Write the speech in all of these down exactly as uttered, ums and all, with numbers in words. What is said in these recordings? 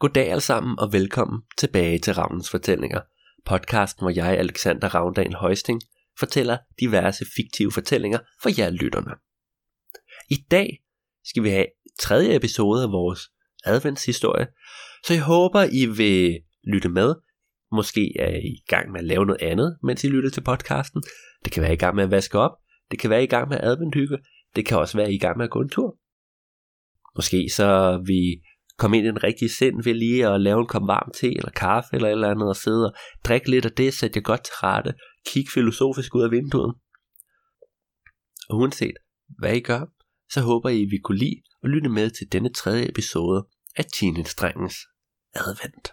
Goddag alle sammen og velkommen tilbage til Ravnens Fortællinger, podcasten hvor jeg, Alexander Ravndal Højsting, fortæller diverse fiktive fortællinger for jer lytterne. I dag skal vi have tredje episode af vores adventshistorie, så jeg håber I vil lytte med. Måske er I i gang med at lave noget andet, mens I lytter til podcasten. Det kan være I gang med at vaske op, det kan være I gang med at adventhygge, det kan også være I gang med at gå en tur. Måske så vi komme ind i en rigtig sind ved lige at lave en kop varm te eller kaffe eller et eller andet og sidde og drikke lidt af det, sætte jer godt til rette, kigge filosofisk ud af vinduet. Og uanset hvad I gør, så håber I, vi kunne lide at lytte med til denne tredje episode af Teenage-drengens advent.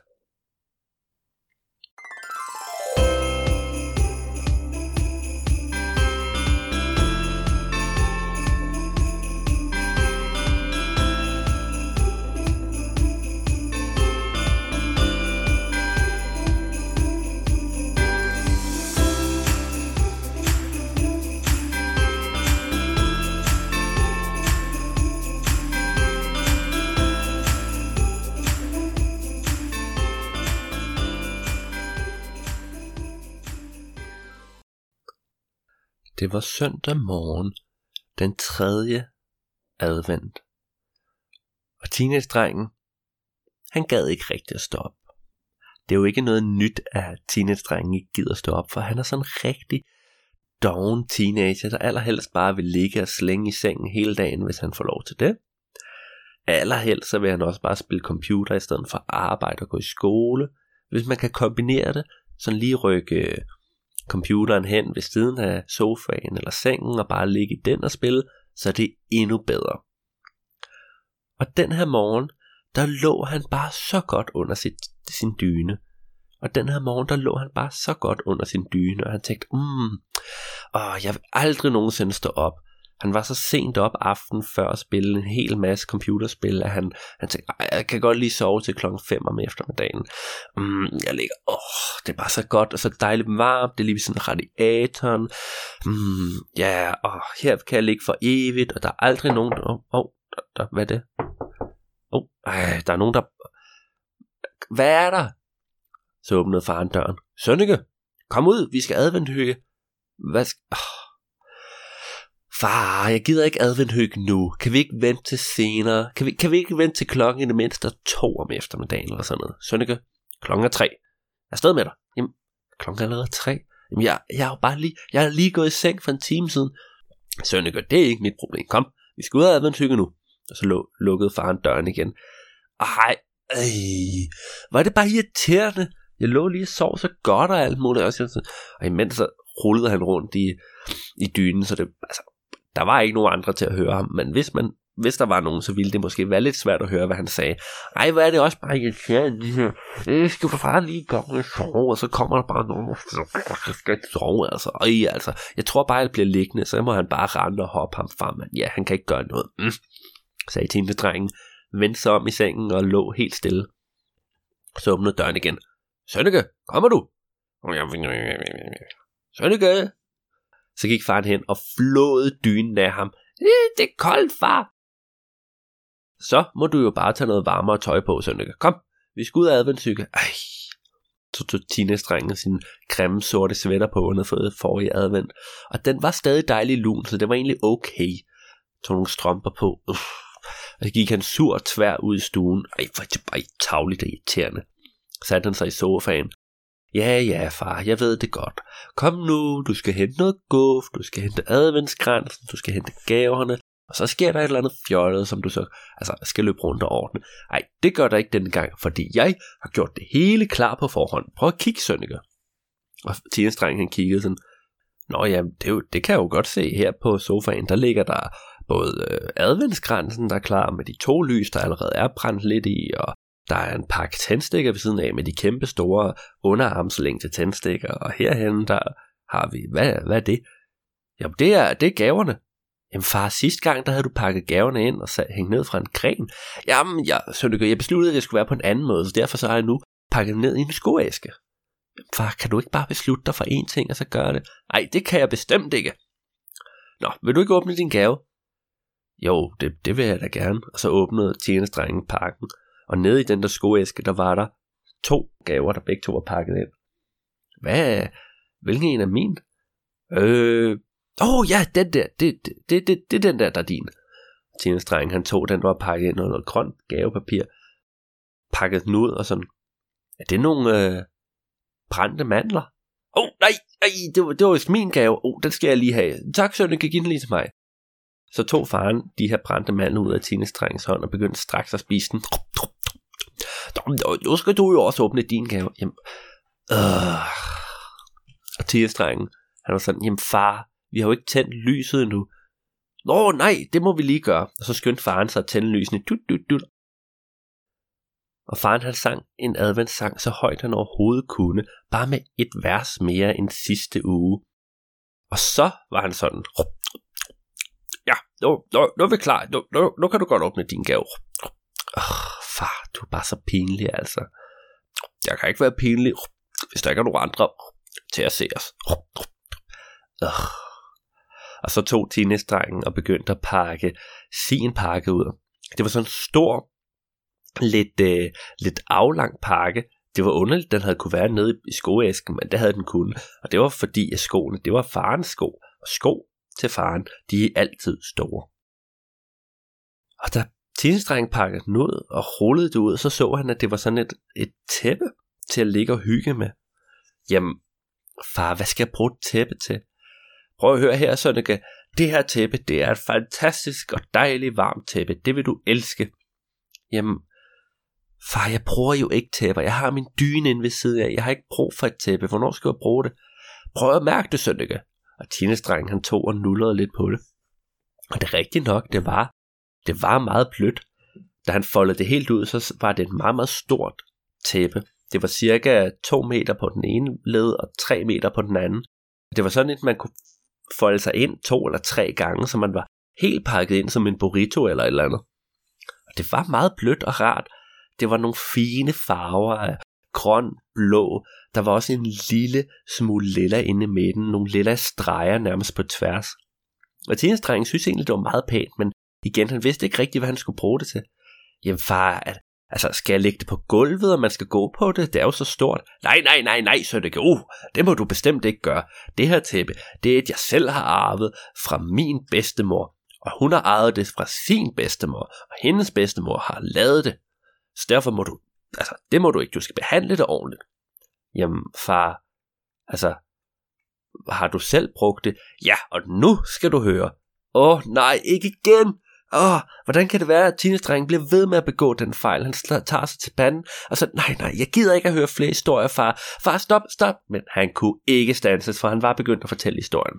Det var søndag morgen, den tredje advent. Og teenage-drengen, han gad ikke rigtig at stå op. Det er jo ikke noget nyt, at teenage-drengen ikke gider at stå op, for han er sådan en rigtig doven teenager, der allerhelst bare vil ligge og slænge i sengen hele dagen, hvis han får lov til det. Allerhelst så vil han også bare spille computer i stedet for arbejde og gå i skole. Hvis man kan kombinere det, sådan lige rykke computeren hen ved siden af sofaen eller sengen og bare ligge i den og spille, så er det endnu bedre. Og den her morgen, der lå han bare så godt under sit, sin dyne. Og den her morgen, der lå han bare så godt under sin dyne, og han tænkte, mm, åh, jeg vil aldrig nogensinde stå op. Han var så sent op aften før at spille en hel masse computerspil, at han, han tænkte, jeg kan godt lige sove til klokken fem om eftermiddagen. Mm, jeg ligger, åh, det er bare så godt og så dejligt varmt, det er lige ved sådan radiatoren. Mm, ja, og her kan jeg ligge for evigt, og der er aldrig nogen, åh, oh, der, der, hvad er det? Åh, oh, der er nogen, der, hvad er der? Så åbnede faren døren. Sønneke, kom ud, vi skal adventhygge. Hvad skal, oh. Far, jeg gider ikke adventhygge nu. Kan vi ikke vente til senere? Kan vi, kan vi ikke vente til klokken i det mindste to om eftermiddagen eller sådan noget? Sønneke, klokken er tre. Jeg er stadig med dig. Jamen, klokken er allerede tre. Jamen, jeg, jeg er jo bare lige, jeg er lige gået i seng for en time siden. Sønneke, det er ikke mit problem. Kom, vi skal ud af adventhygge nu. Og så luk, lukkede faren døren igen. Ej, øh, var det bare irriterende. Jeg lå lige og sov så godt og alt muligt. Og imens så rullede han rundt i, i dynen, så det, altså, der var ikke nogen andre til at høre ham, men hvis, man, hvis der var nogen, så ville det måske være lidt svært at høre, hvad han sagde. Ej, hvad er det også bare irriterende. Jeg skal du bare lige komme og sove, og så kommer der bare nogen, og så skal ikke sove, altså. Ej, altså. Jeg tror bare, at jeg bliver liggende, så må han bare rende og hoppe ham frem, men ja, han kan ikke gøre noget, mm, sagde teenage-drengen, vendte sig om i sengen og lå helt stille. Så åbnede døren igen. Sønneke, kommer du? Sønneke. Så gik faren hen og flåede dynen af ham. Det er koldt, far. Så må du jo bare tage noget varmere tøj på, Sønneke. Kom, vi skal ud af adventhygge. Ej. Så tog teenage-drengen sin grimme sorte sweater på, han havde fået forrige advent. Og den var stadig dejlig lun, så det var egentlig okay. Tog nogle strømper på. Uff. Og så gik han sur og tvær ud i stuen. Ej, hvor er det bare tavligt og irriterende. Satte han sig i sofaen. Ja, ja, far, jeg ved det godt. Kom nu, du skal hente noget guf, du skal hente adventskransen, du skal hente gaverne, og så sker der et eller andet fjollet, som du så altså, skal løbe rundt og ordne. Ej, det gør der ikke denne gang, fordi jeg har gjort det hele klar på forhånd. Prøv at kigge, Sønneke. Og teenage-drengen han kiggede sådan, nå ja, det, jo, det kan jeg jo godt se her på sofaen, der ligger der både øh, adventskransen, der er klar med de to lys, der allerede er brændt lidt i, og der er en pakke tændstikker ved siden af med de kæmpe store underarmslængde tændstikker, og herhenne der har vi, hvad, hvad er det? Jamen det er, det er gaverne. Jamen far, sidste gang der havde du pakket gaverne ind og sat, hængt ned fra en gren. Jamen jeg, Sønneke, jeg besluttede at jeg skulle være på en anden måde, så derfor så har jeg nu pakket ned i en skoæske. Far, kan du ikke bare beslutte dig for én ting og så gøre det? Nej, det kan jeg bestemt ikke. Nå, vil du ikke åbne din gave? Jo, det, det vil jeg da gerne. Og så åbnede tjenestedrengen pakken. Og nede i den der skoæske, der var der to gaver, der begge to var pakket ind. Hvad? Hvilken en er min? Øh... Åh oh, ja, den der. Det, det, det, det, det er den der, der er din. Teenage-drengen, han tog den, der var pakket ind i noget grønt gavepapir. Pakket den ud og sådan. Er det nogle øh, brændte mandler? Åh, oh, nej, nej, det var, det var vist min gave. Åh, oh, den skal jeg lige have. Tak, Søren, kan give den lige til mig. Så tog faren de her brændte mandler ud af Teenage-drengens hånd og begyndte straks at spise den. Nu skal du jo også åbne din gave. Jamen, øh. Og Teenage-drengen, han var sådan, jamen far, vi har jo ikke tændt lyset endnu. Nå nej, det må vi lige gøre. Og så skyndte faren sig at tænde lysene. Dut, dut, dut. Og faren han sang en adventssang så højt han overhovedet kunne, bare med et vers mere end sidste uge. Og så var han sådan, ja, nu, nu, nu er vi klar, nu, nu, nu kan du godt åbne din gave. Oh, far, du er bare så pinlig altså. Jeg kan ikke være pinlig, hvis der ikke er nogen andre til at se os. Oh. Og så tog teenage-drengen og begyndte at pakke sin pakke ud. Det var sådan en stor, lidt, øh, lidt aflang pakke. Det var underligt, den havde kunne være nede i skoæsken, men det havde den kunne. Og det var fordi, at skoene, det var farens sko. Og sko til faren, de er altid store. Og da teenage-drengen pakkede den ud og rullede det ud, så så han, at det var sådan et, et tæppe til at ligge og hygge med. Jamen, far, hvad skal jeg bruge et tæppe til? Prøv at høre her, Sønneke. Det her tæppe, det er et fantastisk og dejligt varmt tæppe. Det vil du elske. Jamen, far, jeg bruger jo ikke tæpper. Jeg har min dyne inde ved siden af. Jeg har ikke brug for et tæppe. Hvornår skal jeg bruge det? Prøv at mærke det, Sønneke. Og teenage-drengen, han tog og nullede lidt på det. Og det er rigtigt nok, det var, det var meget blødt. Da han foldede det helt ud, så var det et meget, meget stort tæppe. Det var cirka to meter på den ene led og tre meter på den anden. Det var sådan, at man kunne folde sig ind to eller tre gange, så man var helt pakket ind som en burrito eller et eller andet. Og det var meget blødt og rart. Det var nogle fine farver af grøn, blå. Der var også en lille smule lilla inde i midten. Nogle lilla streger nærmest på tværs. Og teenage-drengen synes egentlig, det var meget pænt, men igen, han vidste ikke rigtigt, hvad han skulle bruge det til. Jamen far, altså skal jeg lægge det på gulvet, og man skal gå på det? Det er jo så stort. Nej, nej, nej, nej, så det uh, det må du bestemt ikke gøre. Det her tæppe, det er et, jeg selv har arvet fra min bedstemor. Og hun har arvet det fra sin bedstemor, og hendes bedstemor har lavet det. Så derfor må du, altså det må du ikke, du skal behandle det ordentligt. Jamen far, altså har du selv brugt det? Ja, og nu skal du høre. Åh oh, nej, ikke igen. Åh, oh, hvordan kan det være, at teenage-drengen bliver ved med at begå den fejl? Han tager sig til panden, og så, nej, nej, jeg gider ikke at høre flere historier, far. Far, stop, stop. Men han kunne ikke standses, for han var begyndt at fortælle historien.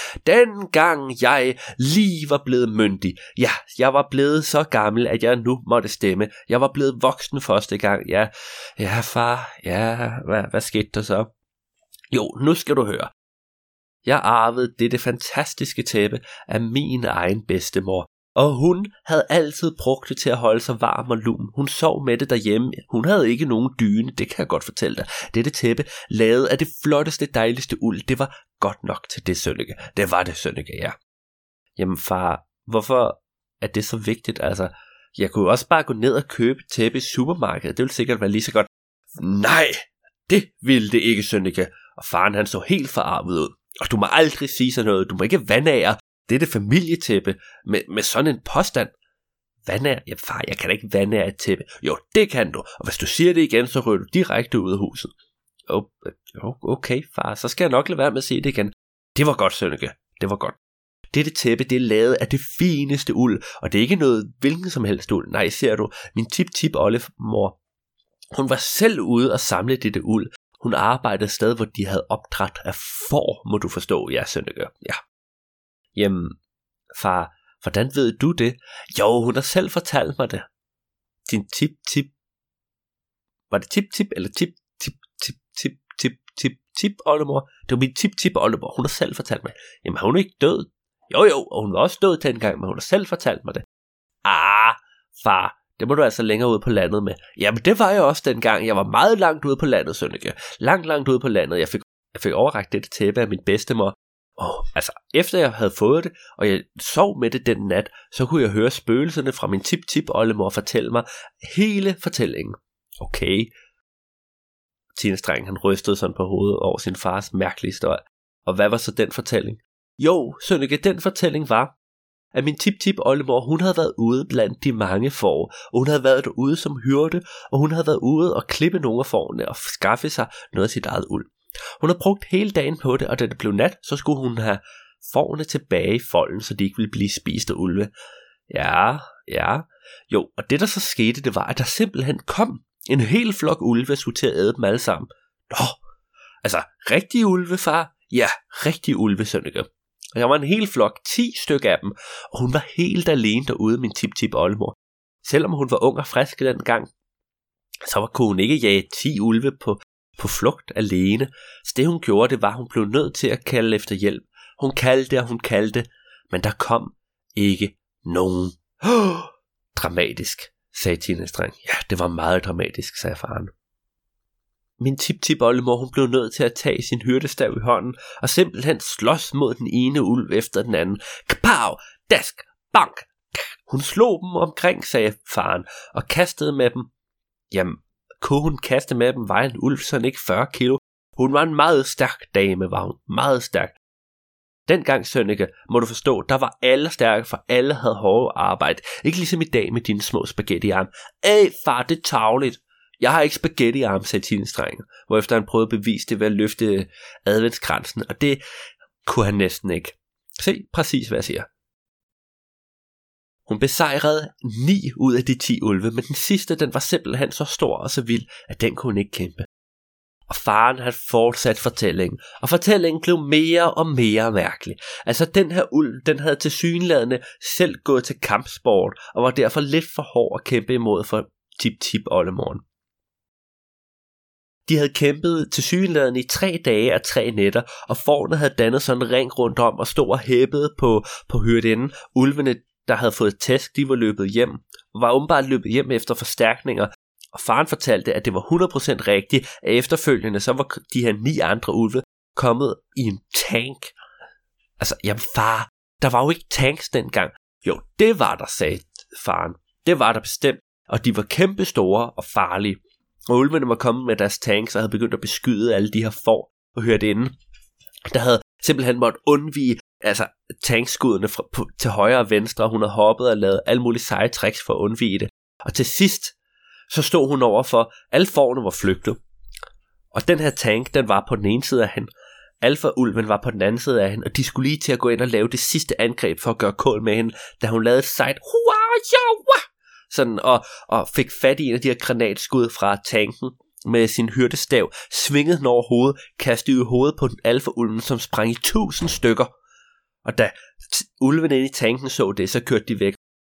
Dengang jeg lige var blevet myndig. Ja, jeg var blevet så gammel, at jeg nu måtte stemme. Jeg var blevet voksen første gang. Ja, ja, far, ja, hvad, hvad skete der så? Jo, nu skal du høre. Jeg arvede dette fantastiske tæppe af min egen bedstemor. Og hun havde altid brugt det til at holde sig varm og lun. Hun sov med det derhjemme. Hun havde ikke nogen dyne, det kan jeg godt fortælle dig. Dette tæppe, lavet af det flotteste, dejligste uld, det var godt nok til det, Sønneke. Det var det, Sønneke, ja. Jamen far, hvorfor er det så vigtigt? Altså, jeg kunne jo også bare gå ned og købe et tæppe i supermarkedet. Det ville sikkert være lige så godt. Nej, det ville det ikke, Sønneke. Og faren, han så helt forarvet ud. Og du må aldrig sige sådan noget. Du må ikke vandære dette familietæppe med, med sådan en påstand. Vandære? Ja, far, jeg kan da ikke vandære et tæppe. Jo, det kan du. Og hvis du siger det igen, så rører du direkte ud af huset. Oh, okay, far, så skal jeg nok lade være med at sige det igen. Det var godt, Sønneke. Det var godt. Dette tæppe, det er lavet af det fineste uld. Og det er ikke noget hvilken som helst uld. Nej, ser du, min tip-tip-oldemor, hun var selv ude og samle dette uld. Hun arbejdede et sted, hvor de havde opdræt af får, må du forstå. Ja, Sønneke. Ja. Jamen, far, hvordan ved du det? Jo, hun har selv fortalt mig det. Din tip-tip. Var det tip-tip eller tip-tip-tip-tip-tip-tip-oldemor? Det var min tip-tip-oldemor. Hun har selv fortalt mig. Jamen, hun er ikke død. Jo, jo, og hun var også død til en gang, men hun har selv fortalt mig det. Ah, far, det må du altså længere ud på landet med. Jamen, det var jeg også dengang. Jeg var meget langt ude på landet, Sønneke. Langt, langt ude på landet. Jeg fik, jeg fik overrakt dette tæppe af min bedstemor. Og altså, efter jeg havde fået det, og jeg sov med det den nat, så kunne jeg høre spøgelserne fra min tip-tip-oldemor fortælle mig hele fortællingen. Okay. Teenage-drengen, han rystede sådan på hovedet over sin fars mærkelige historie. Og hvad var så den fortælling? Jo, Sønneke, den fortælling var, at min tip-tip-oldemor, hun havde været ude blandt de mange får, og hun havde været derude som hyrde, og hun havde været ude og klippe nogle af fårene og skaffe sig noget af sit eget uld. Hun havde brugt hele dagen på det, og da det blev nat, så skulle hun have fårene tilbage i folden, så de ikke ville blive spist af ulve. Ja, ja. Jo, og det der så skete, det var, at der simpelthen kom en hel flok ulve, og skulle til at æde dem alle sammen. Nå, altså, rigtig ulve, far? Ja, rigtig ulve, Sønneke. Og jeg var en hel flok, ti stykker af dem, og hun var helt alene derude, min tip-tip-oldemor. Selvom hun var ung og frisk dengang, så var kunne hun ikke jage ti ulve på, på flugt alene. Så det hun gjorde, det var, at hun blev nødt til at kalde efter hjælp. Hun kaldte, og hun kaldte, men der kom ikke nogen. Oh, dramatisk, sagde teenage-dreng. Ja, det var meget dramatisk, sagde faren. Min tip-tip-oldemor, hun blev nødt til at tage sin hyrdestav i hånden og simpelthen slås mod den ene ulv efter den anden. Kapow! Dask! Bank! Hun slog dem omkring, sagde faren, og kastede med dem. Jamen, kunne hun kaste med dem, var en ulv sådan ikke fyrre kilo. Hun var en meget stærk dame, var hun. Meget stærk. Dengang, Sønneke, må du forstå, der var alle stærke, for alle havde hårdt arbejde. Ikke ligesom i dag med dine små spaghetti-arme. Æh, far, det er tarveligt. Jeg har ikke spaghetti-arme, sagde teenage-drengen, hvorefter han prøvede at bevise det ved at løfte adventskransen, og det kunne han næsten ikke. Se præcis, hvad jeg siger. Hun besejrede ni ud af de ti ulve, men den sidste, den var simpelthen så stor og så vild, at den kunne hun ikke kæmpe. Og faren havde fortsat fortællingen, og fortællingen blev mere og mere mærkelig. Altså den her ulv, den havde tilsyneladende selv gået til kampsport, og var derfor lidt for hård at kæmpe imod for tip-tip-oldemoren. De havde kæmpet tilsyneladende i tre dage og tre nætter, og fårene havde dannet sådan en ring rundt om og stod og hæppede på, på hyrdinden. Ulvene, der havde fået tæsk, de var løbet hjem, og var åbenbart løbet hjem efter forstærkninger. Og faren fortalte, at det var hundrede procent rigtigt, at efterfølgende så var de her ni andre ulve kommet i en tank. Altså, jamen far, der var jo ikke tanks dengang. Jo, det var der, sagde faren. Det var der bestemt, og de var kæmpe store og farlige. Og ulvene var kommet med deres tanks og havde begyndt at beskyde alle de her får og hørte inde. Der havde simpelthen måttet undvige altså tankskuddene fra, på, til højre og venstre. Hun havde hoppet og lavet alle mulige seje tricks for at undvige det. Og til sidst, så stod hun over for, alle fårene var flygtet. Og den her tank, den var på den ene side af hende. Alfa-ulven var på den anden side af hende, og de skulle lige til at gå ind og lave det sidste angreb for at gøre kål med hende, da hun lavede et sejt sådan, og, og fik fat i en af de her granatskud fra tanken med sin hyrdestav, svingede den over hovedet, kastede i hovedet på den alfa-ulven, som sprang i tusind stykker. Og da t- ulven inde i tanken så det, så kørte de væk.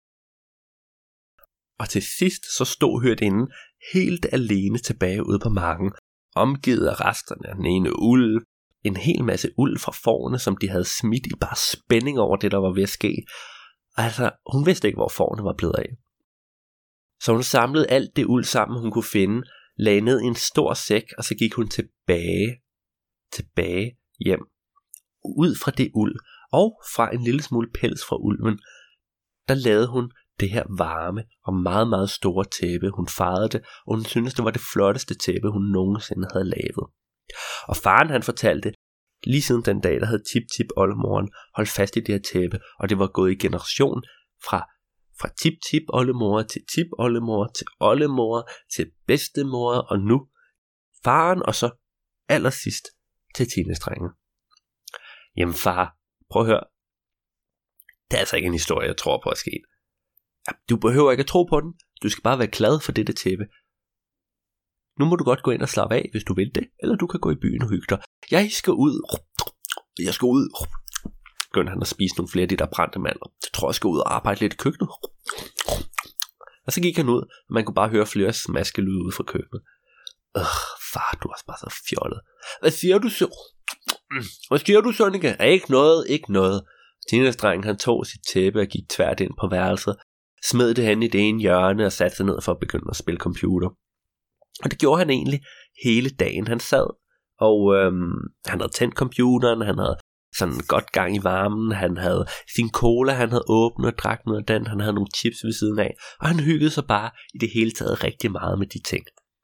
Og til sidst så stod hyrdinden helt alene tilbage ude på marken, omgivet af resterne af den ene ulv, en hel masse uld fra fårene, som de havde smidt i bare spænding over det, der var ved at ske. Altså, hun vidste ikke, hvor fårene var blevet af. Så hun samlede alt det uld sammen, hun kunne finde, lagde ned i en stor sæk, og så gik hun tilbage, tilbage hjem. Ud fra det uld, og fra en lille smule pels fra ulven, der lavede hun det her varme og meget, meget store tæppe. Hun farvede det, og hun syntes, det var det flotteste tæppe, hun nogensinde havde lavet. Og faren, han fortalte, lige siden den dag, der havde tip-tip-oldemoren holdt fast i det her tæppe, og det var gået i generation fra, fra tip-tip-oldemor til tip-oldemor til oldemor til bedstemor, og nu faren, og så allersidst til teenage-drengen. Jamen far, prøv at høre. Det er altså ikke en historie, jeg tror på at ske. Du behøver ikke at tro på den. Du skal bare være glad for dette tæppe. Nu må du godt gå ind og slappe af, hvis du vil det. Eller du kan gå i byen og hygge dig. Jeg skal ud. Jeg skal ud. Begyndte han at spise nogle flere af de der brændte mandler. Jeg tror, jeg skal ud og arbejde lidt i køkkenet. Og så gik han ud, og man kunne bare høre flere smaskelyde ude fra køkkenet. Øh, far, du er bare så fjollet. Hvad siger du så? Hvad siger du, Sønneke? Er ikke noget, ikke noget. Teenage-drengen, han tog sit tæppe og gik tvært ind på værelset, smed det hen i det ene hjørne og satte sig ned for at begynde at spille computer. Og det gjorde han egentlig hele dagen. Han sad, og øhm, han havde tændt computeren, han havde sådan godt gang i varmen. Han havde sin cola, han havde åbnet og drak noget af den. Han havde nogle chips ved siden af. Og han hyggede sig bare i det hele taget rigtig meget med de ting.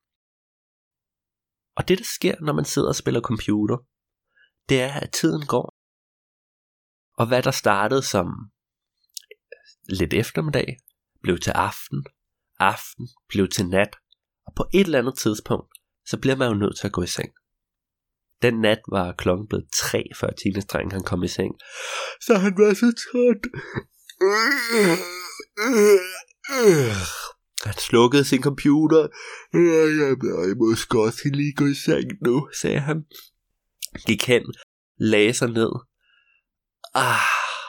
Og det der sker, når man sidder og spiller computer, det er, at tiden går. Og hvad der startede som lidt eftermiddag, blev til aften. Aften blev til nat. Og på et eller andet tidspunkt, så bliver man jo nødt til at gå i seng. Den nat var klokken blevet tre, før teenage-drengen han kom i seng. Så han var så træt. Han slukkede sin computer. Jeg må også lige gå i seng nu, sagde han. Gik hen, lagde sig ned. Ah.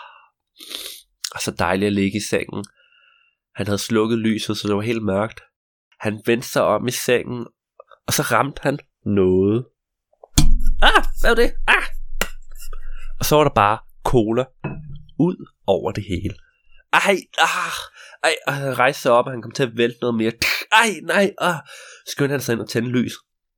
Og så dejligt at ligge i sengen. Han havde slukket lyset, så det var helt mørkt. Han vendte sig om i sengen, og så ramte han noget. Ah, hvad var det? Ah! Og så var der bare cola ud over det hele. Ej, ah, ej, og han rejste sig op, og han kom til at vælte noget mere. Ej, nej, ah. Skyndte han sig ind og tænde lys.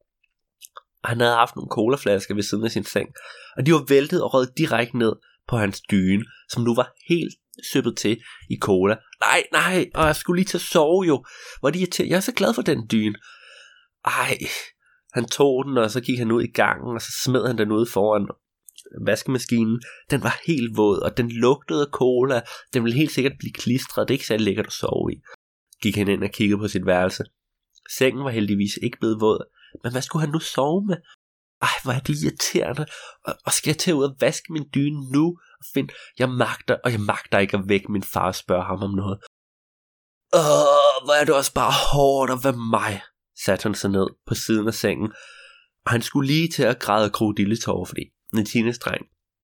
Og han havde haft nogle colaflasker ved siden af sin seng, og de var væltet og røget direkte ned på hans dyne, som nu var helt søppet til i cola. Nej, nej, og jeg skulle lige til at sove jo. Hvor de irriterende. Jeg er så glad for den dyne. Ej, han tog den, og så gik han ud i gangen, og så smed han den ud foran vaskemaskinen. Den var helt våd, og den lugtede af cola. Den ville helt sikkert blive klistret. Det er ikke særlig lækkert at sove i. Gik han ind og kiggede på sit værelse. Sengen var heldigvis ikke blevet våd. Men hvad skulle han nu sove med? Ej, hvor er det irriterende. Og, og skal jeg til ud og vaske min dyne nu? Og finde, jeg magter, og jeg magter ikke at vække min far og spørge ham om noget. Åh, hvor er det også bare hårdt at være mig, satte han sig ned på siden af sengen. Og han skulle lige til at græde krokodilletårer, fordi en teenage-dreng,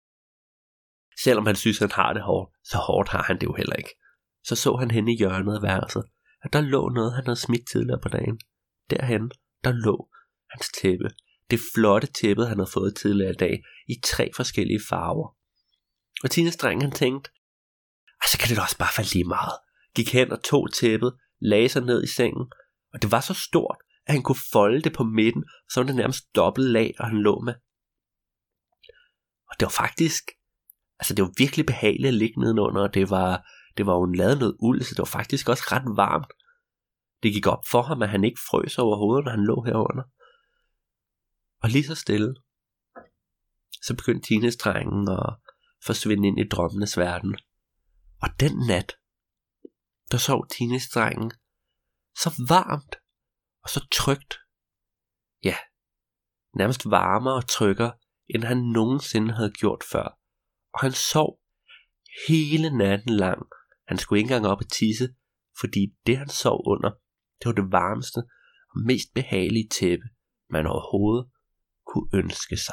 selvom han synes, han har det hårdt, så hårdt har han det jo heller ikke. Så så han hen i hjørnet af værelset, at der lå noget, han havde smidt tidligere på dagen. Derhen, der lå hans tæppe. Det flotte tæppe, han havde fået tidligere i dag, i tre forskellige farver. Og teenage-drengen, han tænkte, så kan det da også bare falde lige meget. Gik hen og tog tæppet, lagde sig ned i sengen, og det var så stort, at han kunne folde det på midten, så var det nærmest dobbelt lag, og han lå med. Og det var faktisk, altså det var virkelig behageligt at ligge nedenunder, og det var, det var jo lavet noget uld, så det var faktisk også ret varmt. Det gik op for ham, at han ikke frøs overhovedet, når han lå herunder. Og lige så stille, så begyndte teenage-drengen at forsvinde ind i drømmenes verden. Og den nat, der sov teenage-drengen så varmt og så trygt. Ja, nærmest varmere og tryggere, end han nogensinde havde gjort før. Og han sov hele natten lang. Han skulle ikke engang op og tisse, fordi det han sov under, det var det varmeste og mest behagelige tæppe, man overhovedet kunne ønske sig.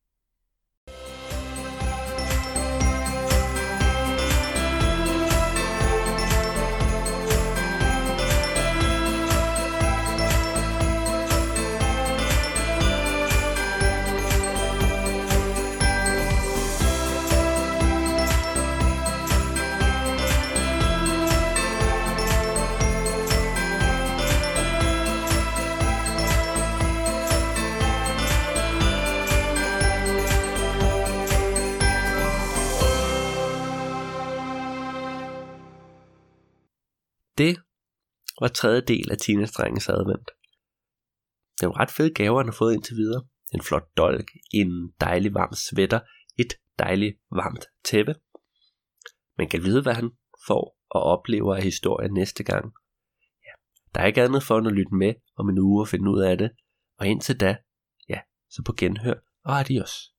Det var tredje del af teenage-drengens advent. Det var ret fede gaver, han har fået indtil videre. En flot dolk, en dejlig varm sweater, et dejligt varmt tæppe. Man kan vide, hvad han får og oplever af historien næste gang. Ja, der er ikke andet for end at lytte med om en uge og finde ud af det. Og indtil da, ja, så på genhør og adios.